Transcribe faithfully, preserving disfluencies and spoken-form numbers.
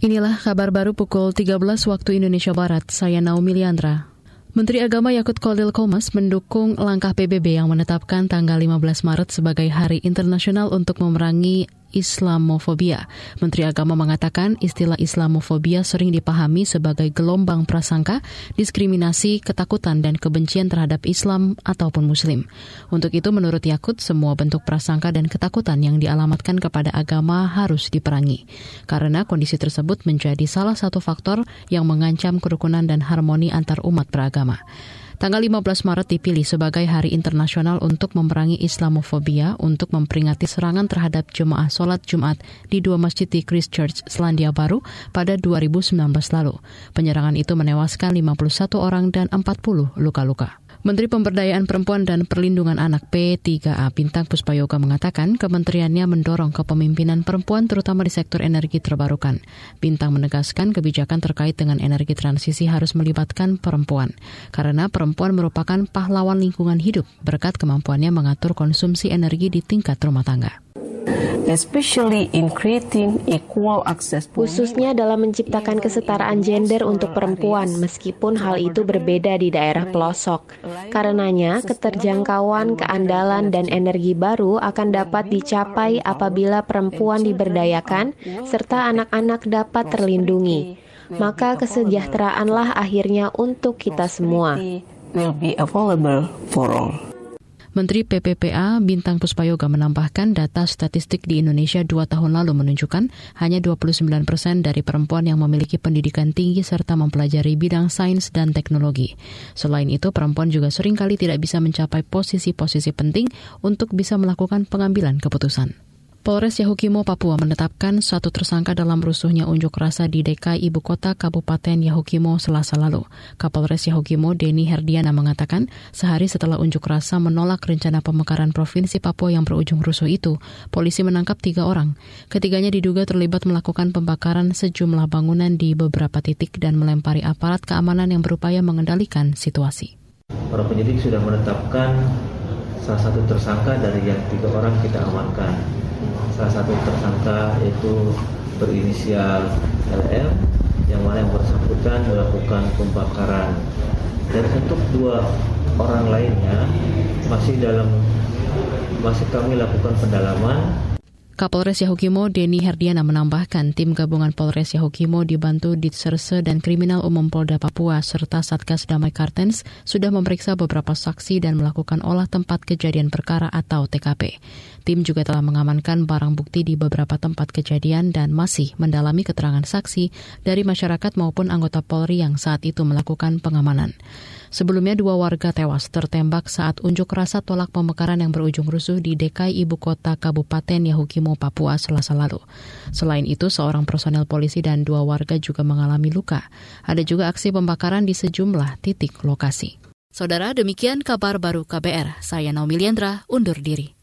Inilah kabar baru pukul tiga belas waktu Indonesia Barat. Saya Naomi Liandra. Menteri Agama Yakut Khalil Qomas mendukung langkah P B B yang menetapkan tanggal lima belas Maret sebagai Hari Internasional untuk memerangi Islamofobia. Menteri Agama mengatakan istilah Islamofobia sering dipahami sebagai gelombang prasangka, diskriminasi, ketakutan, dan kebencian terhadap Islam ataupun Muslim. Untuk itu, menurut Yakut, semua bentuk prasangka dan ketakutan yang dialamatkan kepada agama harus diperangi. Karena kondisi tersebut menjadi salah satu faktor yang mengancam kerukunan dan harmoni antar umat beragama. Tanggal lima belas Maret dipilih sebagai Hari Internasional untuk memerangi Islamofobia untuk memperingati serangan terhadap jemaah sholat Jumat di dua masjid di Christchurch, Selandia Baru pada dua ribu sembilan belas lalu. Penyerangan itu menewaskan lima puluh satu orang dan empat puluh luka-luka. Menteri Pemberdayaan Perempuan dan Perlindungan Anak P tiga A Bintang Puspayoga mengatakan kementeriannya mendorong kepemimpinan perempuan terutama di sektor energi terbarukan. Bintang menegaskan kebijakan terkait dengan energi transisi harus melibatkan perempuan, karena perempuan merupakan pahlawan lingkungan hidup berkat kemampuannya mengatur konsumsi energi di tingkat rumah tangga. Especially in creating equal access, khususnya dalam menciptakan kesetaraan gender untuk perempuan, meskipun hal itu berbeda di daerah pelosok. Karenanya, keterjangkauan, keandalan, dan energi baru akan dapat dicapai apabila perempuan diberdayakan, serta anak-anak dapat terlindungi. Maka kesejahteraanlah akhirnya untuk kita semua. Will be available for all. Menteri P P P A Bintang Puspayoga menambahkan data statistik di Indonesia dua tahun lalu menunjukkan hanya dua puluh sembilan persen dari perempuan yang memiliki pendidikan tinggi serta mempelajari bidang sains dan teknologi. Selain itu, perempuan juga seringkali tidak bisa mencapai posisi-posisi penting untuk bisa melakukan pengambilan keputusan. Polres Yahukimo, Papua menetapkan satu tersangka dalam rusuhnya unjuk rasa di D K I Ibu Kota Kabupaten Yahukimo Selasa lalu. Kapolres Yahukimo, Denny Herdiana, mengatakan sehari setelah unjuk rasa menolak rencana pemekaran Provinsi Papua yang berujung rusuh itu, polisi menangkap tiga orang. Ketiganya diduga terlibat melakukan pembakaran sejumlah bangunan di beberapa titik dan melempari aparat keamanan yang berupaya mengendalikan situasi. Para penyidik sudah menetapkan salah satu tersangka dari yang tiga orang kita amankan. Salah satu tersangka yaitu berinisial L L, yang mana yang bersangkutan melakukan pembakaran. Dan untuk dua orang lainnya masih dalam masih kami lakukan pendalaman. Kapolres Yahukimo Denny Herdiana menambahkan tim gabungan Polres Yahukimo dibantu Ditserse dan Kriminal Umum Polda Papua serta Satgas Damai Kartens sudah memeriksa beberapa saksi dan melakukan olah tempat kejadian perkara atau T K P. Tim juga telah mengamankan barang bukti di beberapa tempat kejadian dan masih mendalami keterangan saksi dari masyarakat maupun anggota Polri yang saat itu melakukan pengamanan. Sebelumnya dua warga tewas tertembak saat unjuk rasa tolak pemekaran yang berujung rusuh di D K I Ibu Kota Kabupaten Yahukimo, Papua Selasa lalu. Selain itu, seorang personel polisi dan dua warga juga mengalami luka. Ada juga aksi pembakaran di sejumlah titik lokasi. Saudara, demikian kabar baru K B R. Saya Naomi Liandra, undur diri.